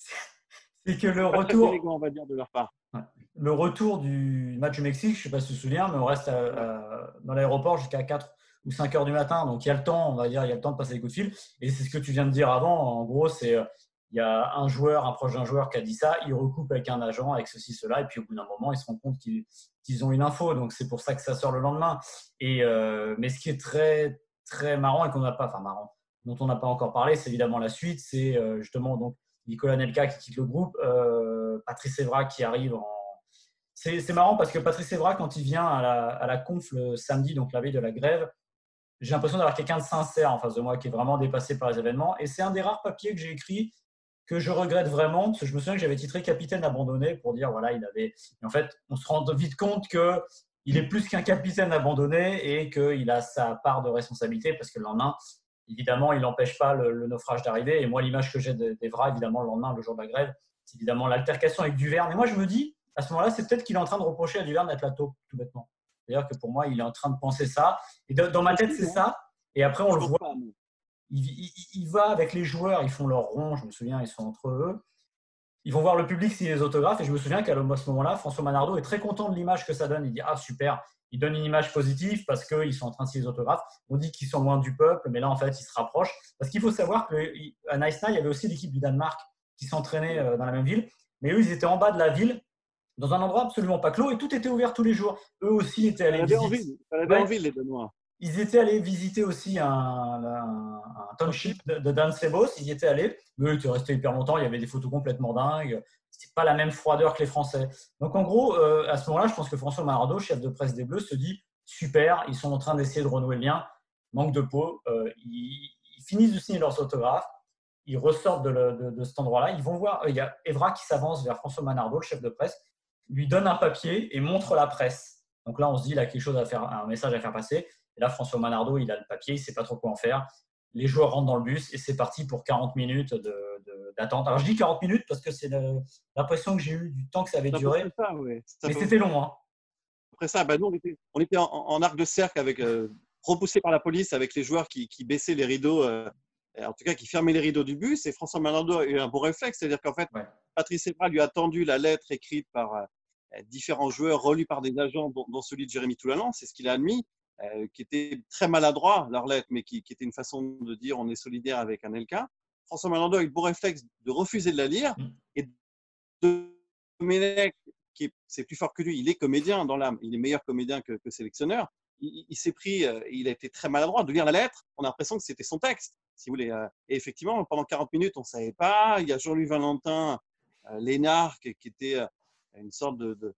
que le retour… Très élégant, on va dire, de leur part. Le retour du match du Mexique, je ne sais pas si tu te souviens, mais on reste à, à, dans l'aéroport jusqu'à quatre ou cinq heures du matin. Donc, il y a le temps, on va dire, il y a le temps de passer les coups de fil. Et c'est ce que tu viens de dire avant. En gros, c'est… Il y a un joueur, un proche d'un joueur qui a dit ça, il recoupe avec un agent, avec ceci, cela, et puis au bout d'un moment, ils se rendent compte qu'ils, qu'ils ont une info. Donc, c'est pour ça que ça sort le lendemain. Et, euh, mais ce qui est très, très marrant et qu'on n'a pas, enfin marrant, dont on n'a pas encore parlé, c'est évidemment la suite. C'est euh, justement donc Nicolas Anelka qui quitte le groupe, euh, Patrice Evra qui arrive en… C'est, c'est marrant parce que Patrice Evra, quand il vient à la, à la conf le samedi, donc la veille de la grève, j'ai l'impression d'avoir quelqu'un de sincère en face de moi qui est vraiment dépassé par les événements. Et c'est un des rares papiers que j'ai écrit que je regrette vraiment, parce que je me souviens que j'avais titré capitaine abandonné pour dire voilà, il avait. Et en fait, on se rend vite compte que il est plus qu'un capitaine abandonné et qu'il a sa part de responsabilité parce que le lendemain, évidemment, il n'empêche pas le, le naufrage d'arriver. Et moi, l'image que j'ai d'Evra, évidemment, le lendemain, le jour de la grève, c'est évidemment l'altercation avec Duverne. Et moi, je me dis, à ce moment-là, c'est peut-être qu'il est en train de reprocher à Duverne d'être la taupe, tout bêtement. C'est-à-dire que pour moi, il est en train de penser ça. Et dans ma tête, c'est ça. Et après, on le voit. Il, il, il va avec les joueurs, ils font leur rond, je me souviens, ils sont entre eux. Ils vont voir le public signer les autographes. Et je me souviens qu'à ce moment-là, François Manardo est très content de l'image que ça donne. Il dit « Ah, super !» Il donne une image positive parce qu'ils sont en train de signer les autographes. On dit qu'ils sont loin du peuple, mais là, en fait, ils se rapprochent. Parce qu'il faut savoir qu'à Nice-Na, il y avait aussi l'équipe du Danemark qui s'entraînait dans la même ville. Mais eux, ils étaient en bas de la ville, dans un endroit absolument pas clos, et tout était ouvert tous les jours. Eux aussi étaient allés visiter. En ville. Ça avait ouais. en ville, les Danois. Ils étaient allés visiter aussi un, un, un township de, de Dan Sebos. Ils y étaient allés. Eux, ils étaient restés hyper longtemps. Il y avait des photos complètement dingues. Ce n'est pas la même froideur que les Français. Donc, en gros, euh, à ce moment-là, je pense que François Manardo, chef de presse des Bleus, se dit super, ils sont en train d'essayer de renouer le lien. Manque de peau. Euh, ils, ils finissent de signer leurs autographes. Ils ressortent de, le, de, de cet endroit-là. Ils vont voir. Euh, il y a Evra qui s'avance vers François Manardo, le chef de presse, lui donne un papier et montre la presse. Donc là, on se dit, il a quelque chose à faire, un message à faire passer. Et là, François Manardo, il a le papier, il ne sait pas trop quoi en faire. Les joueurs rentrent dans le bus et c'est parti pour quarante minutes de, de, d'attente. Alors, je dis quarante minutes parce que c'est le, l'impression que j'ai eue du temps que ça avait duré. Ça, ouais. ça Mais c'était long. Hein. Après ça, bah, nous, on était, on était en, en arc de cercle, avec, euh, repoussés par la police avec les joueurs qui, qui baissaient les rideaux, euh, en tout cas qui fermaient les rideaux du bus. Et François Manardo a eu un bon réflexe, c'est-à-dire qu'en fait, ouais. Patrice Evra lui a tendu la lettre écrite par euh, différents joueurs, relus par des agents, dont, dont celui de Jérémy Toulalan, c'est ce qu'il a admis, euh, qui était très maladroit, leur lettre, mais qui, qui était une façon de dire on est solidaire avec Anelka. François Malandro a eu le beau réflexe de refuser de la lire. Et Domenech, qui est, c'est plus fort que lui, il est comédien dans l'âme, il est meilleur comédien que, que sélectionneur. Il, il s'est pris, euh, il a été très maladroit de lire la lettre. On a l'impression que c'était son texte, si vous voulez. Et effectivement, pendant quarante minutes, on ne savait pas. Il y a Jean-Louis Valentin, euh, Lénard, qui, qui était euh, une sorte de, de,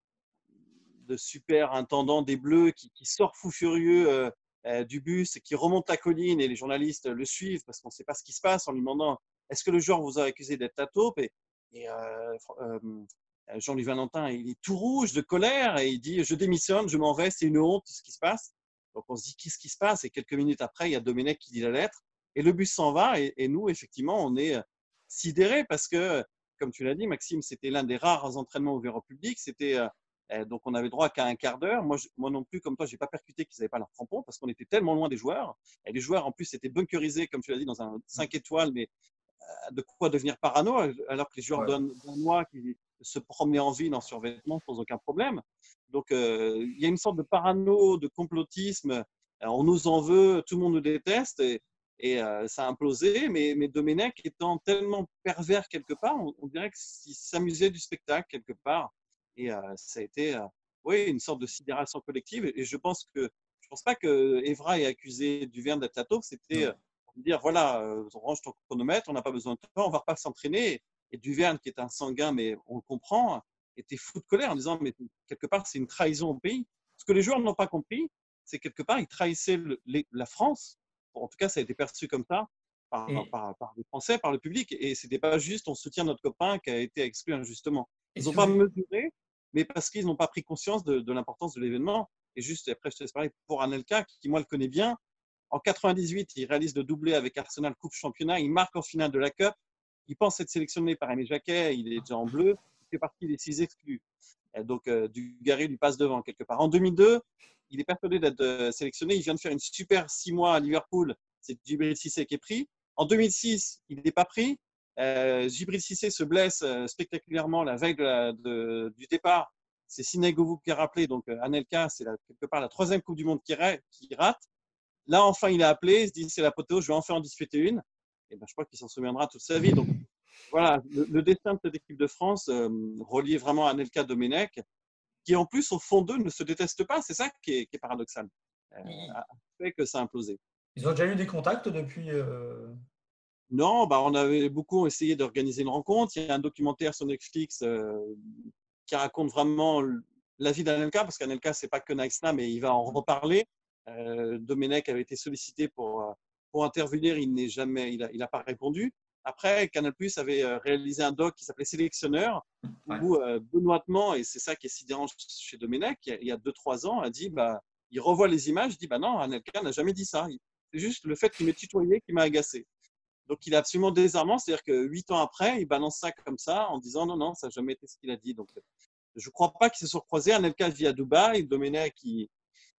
de super intendant des Bleus, qui, qui sort fou furieux euh, euh, du bus, et qui remonte la colline, et les journalistes le suivent parce qu'on ne sait pas ce qui se passe, en lui demandant est-ce que le joueur vous a accusé d'être la taupe. Et, et euh, euh, Jean-Louis Valentin, il est tout rouge de colère et il dit je démissionne, je m'en vais, c'est une honte ce qui se passe. Donc on se dit qu'est-ce qui se passe, et quelques minutes après, il y a Domenech qui dit la lettre et le bus s'en va. Et, et nous, effectivement, on est sidérés parce que, comme tu l'as dit, Maxime, c'était l'un des rares entraînements ouverts au public. C'était euh, donc on avait droit qu'à un quart d'heure. Moi, je, moi non plus, comme toi, j'ai pas percuté qu'ils n'avaient pas leur crampon parce qu'on était tellement loin des joueurs. Et les joueurs, en plus, étaient bunkerisés, comme tu l'as dit, dans un cinq étoiles, mais de quoi devenir parano, alors que les joueurs ouais. danois qui se promenaient en ville en survêtement sans aucun problème. Donc, euh, il y a une sorte de parano, de complotisme. On nous en veut, tout le monde nous déteste, et, et euh, ça a implosé. Mais, mais Domenech étant tellement pervers quelque part, on, on dirait qu'il s'amusait du spectacle quelque part. Et euh, ça a été euh, oui, une sorte de sidération collective. Et je pense que je pense pas que Evra ait accusé Duverne d'être la taupe. C'était dire voilà, on range ton chronomètre, on n'a pas besoin de toi, on ne va pas s'entraîner. Et Duverne, qui est un sanguin, mais on le comprend, était fou de colère en disant mais quelque part, c'est une trahison au pays. Ce que les joueurs n'ont pas compris, c'est quelque part, ils trahissaient le, les, la France. En tout cas, ça a été perçu comme ça par, et... par, par les Français, par le public. Et ce n'était pas juste on soutient notre copain qui a été exclu injustement. Ils n'ont pas mesuré, mais parce qu'ils n'ont pas pris conscience de, de l'importance de l'événement. Et juste après, je te laisse parler pour Anelka, qui moi le connais bien. En quatre-vingt-dix-huit, il réalise le doublé avec Arsenal Coupe Championnat. Il marque en finale de la Cup. Il pense être sélectionné par Aimé Jacquet. Il est déjà en bleu. Il fait partie des six exclus. Et donc, euh, Dugarry lui passe devant quelque part. En deux mille deux, il est persuadé d'être euh, sélectionné. Il vient de faire une super six mois à Liverpool. C'est Djibril Cissé qui est pris. En deux mille six, il n'est pas pris. Euh, Djibril Cissé se blesse euh, spectaculairement la veille de la, de, du départ. C'est Sinegovu qui a rappelé. Donc, euh, Anelka, c'est la, quelque part la troisième Coupe du Monde qui, qui rate. Là, enfin, il est appelé, il se dit c'est l'apothéose, je vais enfin en disputer une. Et ben, je crois qu'il s'en souviendra toute sa vie. Donc, voilà, le, le destin de cette équipe de France, euh, relié vraiment à Anelka Domenech, qui en plus, au fond d'eux, ne se détestent pas. C'est ça qui est, qui est paradoxal. Euh, a fait que ça a implosé. Ils ont déjà eu des contacts depuis euh... Non, bah, on avait beaucoup essayé d'organiser une rencontre. Il y a un documentaire sur Netflix euh, qui raconte vraiment la vie d'Anelka, parce qu'Anelka, ce n'est pas que Naïsna, mais il va en reparler. Euh, Domenech avait été sollicité pour, pour intervenir, il n'est jamais, il n'a il a pas répondu. Après, Canal+ avait réalisé un doc qui s'appelait Sélectionneur, ouais. où euh, benoîtement, et c'est ça qui est sidérant chez Domenech, il y a deux trois ans, a dit, bah, il revoit les images, il dit, bah non, Anelka n'a jamais dit ça. C'est juste le fait qu'il m'ait tutoyé qui m'a agacé. Donc, il est absolument désarmant, c'est-à-dire que huit ans après, il balance ça comme ça en disant, non, non, ça n'a jamais été ce qu'il a dit. Donc, je ne crois pas qu'ils se sont croisés. Anelka vit à Dubaï, Domenech, il,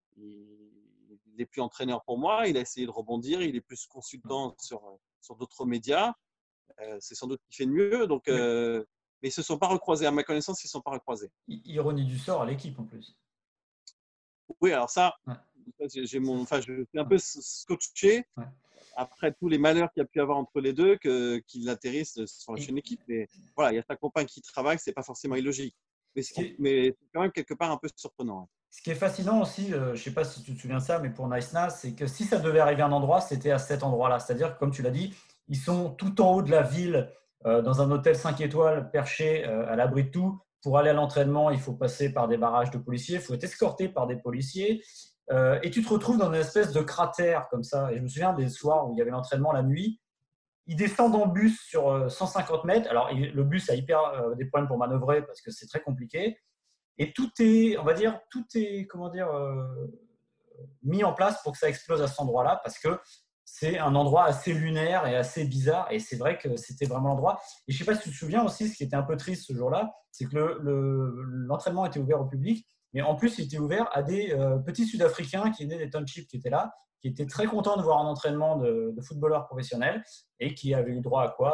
il il n'est plus entraîneur pour moi, il a essayé de rebondir, il est plus consultant sur, sur d'autres médias. Euh, c'est sans doute qu'il fait de mieux. Donc, euh, mais ils ne se sont pas recroisés. À ma connaissance, ils ne se sont pas recroisés. Ironie du sort à l'équipe en plus. Oui, alors ça, ouais. j'ai mon, enfin, je suis un peu scotché ouais. après tous les malheurs qu'il y a pu y avoir entre les deux que, qu'ils atterrissent sur la chaîne équipe. Mais voilà, il y a sa compagne qui travaille, ce n'est pas forcément illogique. Mais c'est, mais c'est quand même quelque part un peu surprenant. Ouais. Ce qui est fascinant aussi, euh, je ne sais pas si tu te souviens de ça, mais pour Naïsna, c'est que si ça devait arriver à un endroit, c'était à cet endroit-là. C'est-à-dire que, comme tu l'as dit, ils sont tout en haut de la ville, euh, dans un hôtel cinq étoiles, perché euh, à l'abri de tout. Pour aller à l'entraînement, il faut passer par des barrages de policiers, il faut être escorté par des policiers. Euh, et tu te retrouves dans une espèce de cratère comme ça. Et je me souviens des soirs où il y avait l'entraînement la nuit. Ils descendent en bus sur cent cinquante mètres. Alors, le bus a hyper euh, des problèmes pour manœuvrer parce que c'est très compliqué. Et tout est, on va dire, tout est, comment dire, euh, mis en place pour que ça explose à cet endroit-là, parce que c'est un endroit assez lunaire et assez bizarre. Et c'est vrai que c'était vraiment l'endroit. Et je ne sais pas si tu te souviens aussi, ce qui était un peu triste ce jour-là, c'est que le, le, l'entraînement était ouvert au public, mais en plus, il était ouvert à des euh, petits Sud-Africains qui venaient des townships qui étaient là, qui étaient très contents de voir un entraînement de, de footballeurs professionnels et qui avaient eu droit à quoi ? À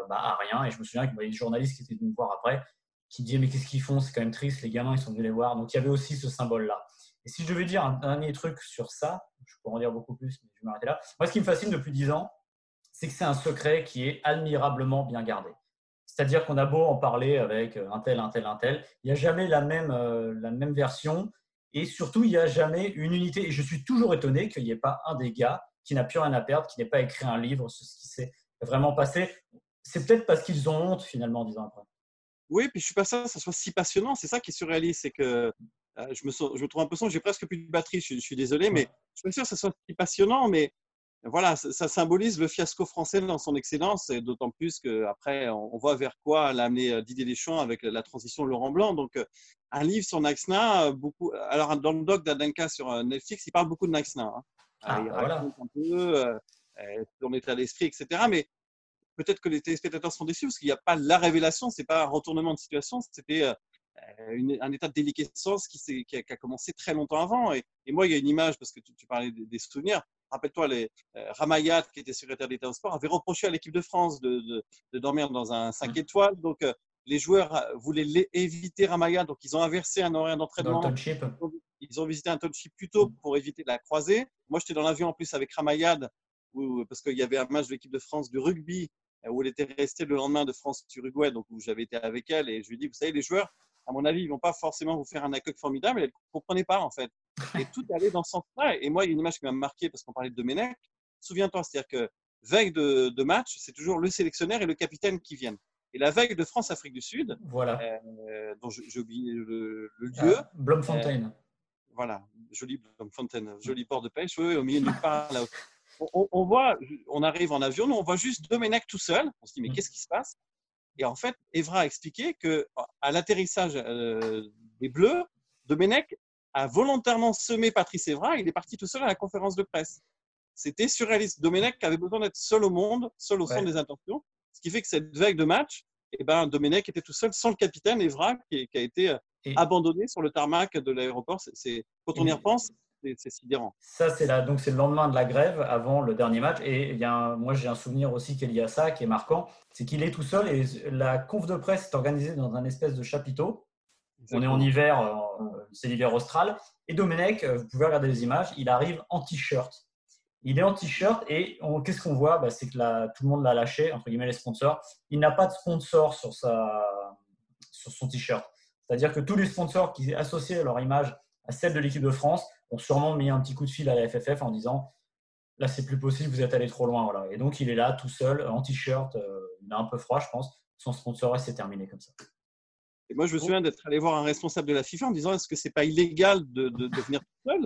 bah, à rien. Et je me souviens qu'il y avait des journalistes qui étaient venus me voir après, qui disaient mais qu'est-ce qu'ils font, c'est quand même triste, les gamins ils sont venus les voir. Donc il y avait aussi ce symbole-là. Et si je devais dire un dernier truc sur ça, je pourrais en dire beaucoup plus, mais je vais m'arrêter là. Moi, ce qui me fascine depuis dix ans, c'est que c'est un secret qui est admirablement bien gardé. C'est-à-dire qu'on a beau en parler avec un tel, un tel, un tel, il n'y a jamais la même, euh, la même version et surtout, il n'y a jamais une unité. Et je suis toujours étonné qu'il n'y ait pas un des gars qui n'a plus rien à perdre, qui n'ait pas écrit un livre sur ce qui s'est vraiment passé. C'est peut-être parce qu'ils ont honte finalement, dix ans après. Oui, puis je suis pas sûr que ça soit si passionnant. C'est ça qui est surréaliste, c'est que euh, je, me sens, je me trouve un peu sombre. J'ai presque plus de batterie, je, je suis désolé, mais je suis pas sûr que ça soit si passionnant. Mais voilà, ça, ça symbolise le fiasco français dans son excellence, et d'autant plus qu'après, on, on voit vers quoi l'a amené Didier Deschamps avec la transition Laurent Blanc. Donc, euh, un livre sur Naxna, beaucoup. Alors, dans le doc d'Adanka sur Netflix, il parle beaucoup de Naxna. Hein. Ah, il bah raconte voilà. un peu euh, son état d'esprit, et cetera. Mais peut-être que les téléspectateurs sont déçus parce qu'il n'y a pas la révélation, c'est pas un retournement de situation, c'était euh, une, un état de déliquescence qui, qui, a, qui a commencé très longtemps avant. Et, et moi, il y a une image, parce que tu, tu parlais des, des souvenirs. Rappelle-toi, les, euh, Ramayad, qui était secrétaire d'État au sport, avait reproché à l'équipe de France de, de, de dormir dans un cinq étoiles. Donc, euh, les joueurs voulaient éviter Ramayad, donc ils ont inversé un horaire d'entraînement. Dans le township. Ils ont visité un township plus tôt pour éviter de la croisée. Moi, j'étais dans l'avion en plus avec Ramayad, où, parce qu'il y avait un match de l'équipe de France de rugby où elle était restée le lendemain de France-Uruguay, donc où j'avais été avec elle, et je lui ai dit, vous savez, les joueurs, à mon avis, ils ne vont pas forcément vous faire un accueil formidable, et elle ne comprenait pas, en fait. Et tout allait dans ce sens-là. Et moi, il y a une image qui m'a marqué, parce qu'on parlait de Domenech. Souviens-toi, c'est-à-dire que veille de, de match, c'est toujours le sélectionneur et le capitaine qui viennent. Et la veille de France-Afrique du Sud, voilà. euh, dont j'ai oublié le, le lieu. Ah, Bloemfontein. Euh, voilà, joli Bloemfontein, joli port de pêche, oui, au milieu de nulle part, là. On, on voit, on arrive en avion, nous on voit juste Domenech tout seul. On se dit mais qu'est-ce qui se passe? Et en fait, Evra a expliqué que à l'atterrissage euh, des Bleus, Domenech a volontairement semé Patrice Evra. Il est parti tout seul à la conférence de presse. C'était surréaliste. Domenech avait besoin d'être seul au monde, seul au ouais. centre des intentions, ce qui fait que cette veille de match, eh ben Domenech était tout seul sans le capitaine Evra qui, qui a été et... abandonné sur le tarmac de l'aéroport. C'est, c'est, quand on et... y repense. C'est sidérant. Ça, c'est, la, donc, c'est le lendemain de la grève, avant le dernier match. Et il y a un, moi, j'ai un souvenir aussi qui est lié à ça, qui est marquant. C'est qu'il est tout seul et la conf de presse est organisée dans un espèce de chapiteau. Exactement. On est en hiver, c'est l'hiver austral. Et Domenech, vous pouvez regarder les images, il arrive en t-shirt. Il est en t-shirt et on, qu'est-ce qu'on voit? Bah, c'est que la, tout le monde l'a lâché, entre guillemets les sponsors. Il n'a pas de sponsor sur, sa, sur son t-shirt. C'est-à-dire que tous les sponsors qui associaient leur image à celle de l'équipe de France ont sûrement mis un petit coup de fil à la F F F en disant là c'est plus possible, vous êtes allé trop loin, voilà. Et donc il est là tout seul en t-shirt, euh, il a un peu froid je pense, son sponsor c'est terminé comme ça. Et moi je me souviens d'être allé voir un responsable de la FIFA en disant est-ce que c'est pas illégal de, de, de venir tout seul,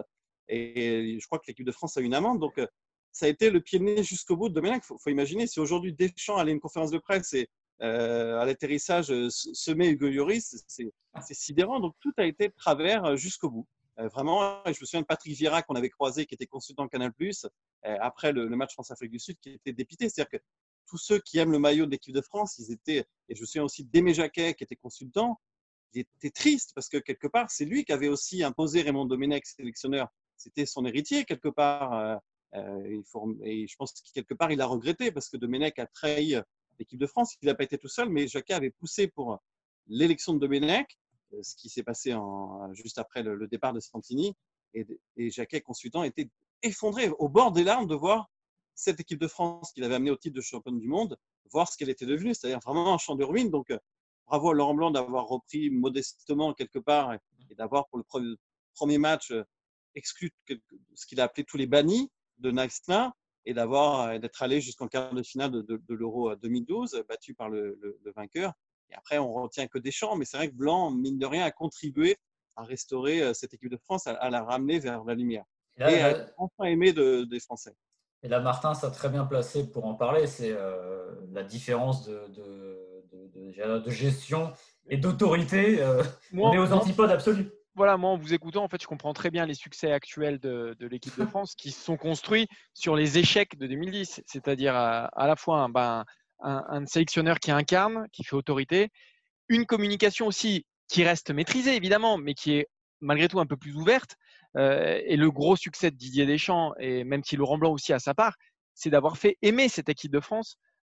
et je crois que l'équipe de France a une amende, donc ça a été le pied de nez jusqu'au bout de Domenech. Il faut, faut imaginer si aujourd'hui Deschamps allait à une conférence de presse et euh, à l'atterrissage semait Hugo Lloris, c'est, c'est sidérant, donc tout a été de travers jusqu'au bout. Euh, vraiment, je me souviens de Patrick Vieira qu'on avait croisé, qui était consultant Canal plus, euh, après le, le match France-Afrique du Sud, qui était dépité. C'est-à-dire que tous ceux qui aiment le maillot de l'équipe de France, ils étaient, et je me souviens aussi d'Aimé Jacquet, qui était consultant, il était triste parce que quelque part, c'est lui qui avait aussi imposé Raymond Domenech, sélectionneur. C'était son héritier, quelque part. Euh, euh, il faut, et je pense que quelque part, il a regretté parce que Domenech a trahi l'équipe de France. Il n'a pas été tout seul, mais Jacquet avait poussé pour l'élection de Domenech, ce qui s'est passé en, juste après le, le départ de Santini. Et, et Jacquet, consultant, était effondré, au bord des larmes, de voir cette équipe de France qu'il avait amenée au titre de championne du monde, voir ce qu'elle était devenue, c'est-à-dire vraiment un champ de ruines. Donc, bravo à Laurent Blanc d'avoir repris modestement quelque part et, et d'avoir, pour le premier, premier match, exclu ce qu'il a appelé tous les bannis de Naxna et d'avoir, d'être allé jusqu'en quart de finale de, de, de l'Euro deux mille douze, battu par le, le, le vainqueur. Et après, on retient que Deschamps, mais c'est vrai que Blanc, mine de rien, a contribué à restaurer cette équipe de France, à, à la ramener vers la lumière. Et, là, et à être enfin aimé de, des Français. Et là, Martin s'est très bien placé pour en parler. C'est euh, la différence de, de, de, de, de gestion et d'autorité. Euh, moi, on est aux antipodes absolus. Voilà, moi, en vous écoutant, en fait, je comprends très bien les succès actuels de, de l'équipe de France qui se sont construits sur les échecs de deux mille dix. C'est-à-dire à, à la fois un, ben, un, un sélectionneur qui incarne, qui fait autorité, une communication aussi qui reste maîtrisée, évidemment, mais qui est malgré tout un peu plus ouverte. Euh, et le gros succès de Didier Deschamps, et même si Laurent Blanc aussi a sa part, c'est d'avoir fait aimer cette équipe de France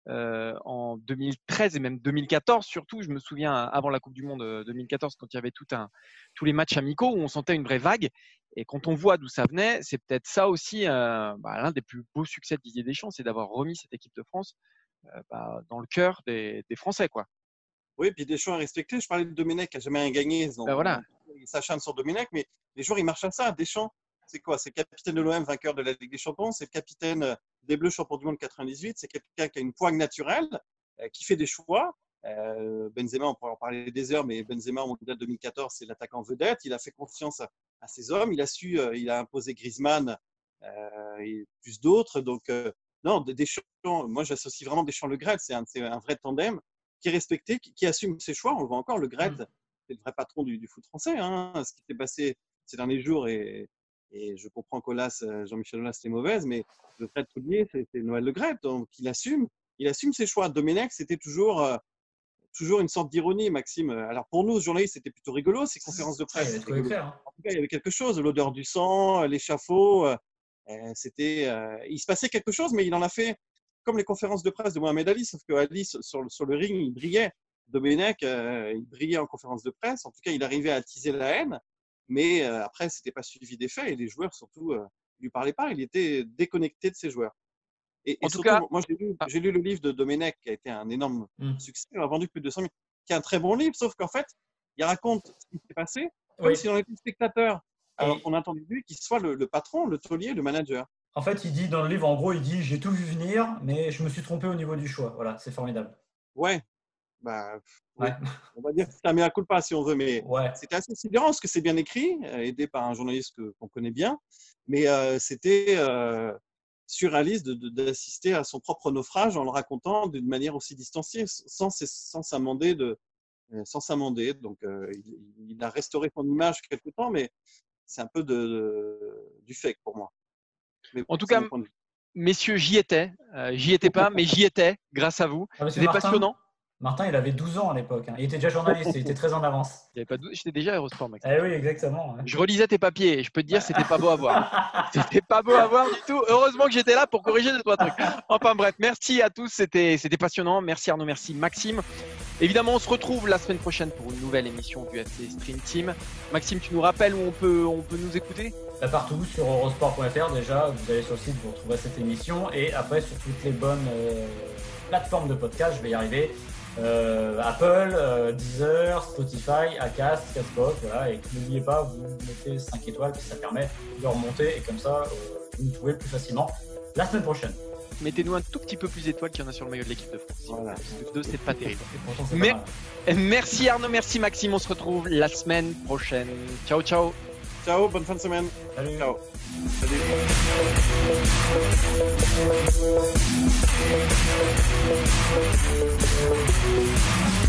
euh, en deux mille treize et même deux mille quatorze surtout. Je me souviens avant la Coupe du Monde deux mille quatorze quand il y avait tout un, tous les matchs amicaux où on sentait une vraie vague. Et quand on voit d'où ça venait, c'est peut-être ça aussi euh, bah, l'un des plus beaux succès de Didier Deschamps, c'est d'avoir remis cette équipe de France euh, bah, dans le cœur des, des Français, quoi. Oui, puis Deschamps est respecté. Je parlais de Domenech qui n'a jamais rien gagné. Donc, ben voilà. Il s'acharne sur Domenech, mais les joueurs, ils marchent à ça. Deschamps, c'est quoi? C'est le capitaine de l'O M, vainqueur de la Ligue des Champions. C'est le capitaine des Bleus, champion du monde quatre-vingt-dix-huit. C'est quelqu'un qui a une poigne naturelle, euh, qui fait des choix. Euh, Benzema, on pourrait en parler des heures, mais Benzema, en mondial deux mille quatorze, c'est l'attaquant vedette. Il a fait confiance à, à ses hommes. Il a su, euh, il a imposé Griezmann euh, et plus d'autres. Donc, euh, non, Deschamps, moi, j'associe vraiment Deschamps-Le Gret. C'est un, c'est un vrai tandem qui est respecté, qui, qui assume ses choix. On le voit encore, Le Gret, mmh. c'est le vrai patron du, du foot français. Hein. Ce qui s'est passé ces derniers jours, et, et je comprends qu'Aulas, Jean-Michel Aulas, c'est mauvaise, mais Le Gret Poulier, c'est, c'est Noël Le Gret. Donc, il assume, il assume ses choix. Domenech, c'était toujours, euh, toujours une sorte d'ironie, Maxime. Alors, pour nous, journalistes, c'était plutôt rigolo, ces conférences de presse. Ouais, il, faire, hein. En tout cas, il y avait quelque chose, l'odeur du sang, l'échafaud. Euh, c'était, euh, il se passait quelque chose, mais il en a fait comme les conférences de presse de Mohamed Ali, sauf que Ali, sur, sur le ring, il brillait. Domenech, euh, il brillait en conférence de presse. En tout cas, il arrivait à attiser la haine, mais euh, après, ce n'était pas suivi des faits. Et les joueurs, surtout, ne euh, lui parlaient pas. Il était déconnecté de ses joueurs. Et, en et tout surtout, cas, moi, j'ai lu, j'ai lu le livre de Domenech, qui a été un énorme mmh. succès. Il a vendu plus de deux cent mille, qui est un très bon livre, sauf qu'en fait, il raconte ce qui s'est passé comme oui. si on était spectateur. Alors, et... on a entendu lui qu'il soit le, le patron, le taulier, le manager. En fait, il dit dans le livre, en gros, il dit « J'ai tout vu venir, mais je me suis trompé au niveau du choix. » Voilà, c'est formidable. Ouais. Bah, ouais. On va dire que c'est un mea culpa si on veut, mais ouais. c'était assez sidérant parce que c'est bien écrit, aidé par un journaliste que, qu'on connaît bien, mais euh, c'était euh, surréaliste de, de, d'assister à son propre naufrage en le racontant d'une manière aussi distanciée, sans, sans s'amender. De, sans s'amender. Donc, euh, il, il a restauré son image quelque temps, mais c'est un peu de, de, du fake pour moi. Mais en tout cas, messieurs, j'y étais. Euh, j'y étais pas, mais j'y étais grâce à vous. Ah, c'était Martin, passionnant. Martin, il avait douze ans à l'époque. Hein. Il était déjà journaliste, il était très en avance. Pas douze, j'étais déjà Eurosport, Maxime. Eh oui, exactement. Je relisais tes papiers et je peux te dire, c'était pas beau à voir. C'était pas beau à voir du tout. Heureusement que j'étais là pour corriger deux trois trucs. Enfin bref, merci à tous. C'était, c'était passionnant. Merci Arnaud, merci Maxime. Évidemment, on se retrouve la semaine prochaine pour une nouvelle émission du F C Stream Team. Maxime, tu nous rappelles où on peut, on peut nous écouter ? Partout, sur eurosport point f r déjà, vous allez sur le site, vous retrouverez cette émission. Et après, sur toutes les bonnes euh, plateformes de podcast, je vais y arriver. Euh, Apple, euh, Deezer, Spotify, Acast, Castbox, voilà. Et n'oubliez pas, vous mettez cinq étoiles, puis ça permet de remonter. Et comme ça, euh, vous nous trouvez plus facilement la semaine prochaine. Mettez-nous un tout petit peu plus d'étoiles qu'il y en a sur le maillot de l'équipe de France. Voilà. Deux, c'est pas terrible. Pourtant, c'est Mais, pas mal. Merci Arnaud, merci Maxime. On se retrouve la semaine prochaine. Ciao, ciao. Ciao, bonne fin de semaine. Salut. Ciao. Salut. We'll be right back.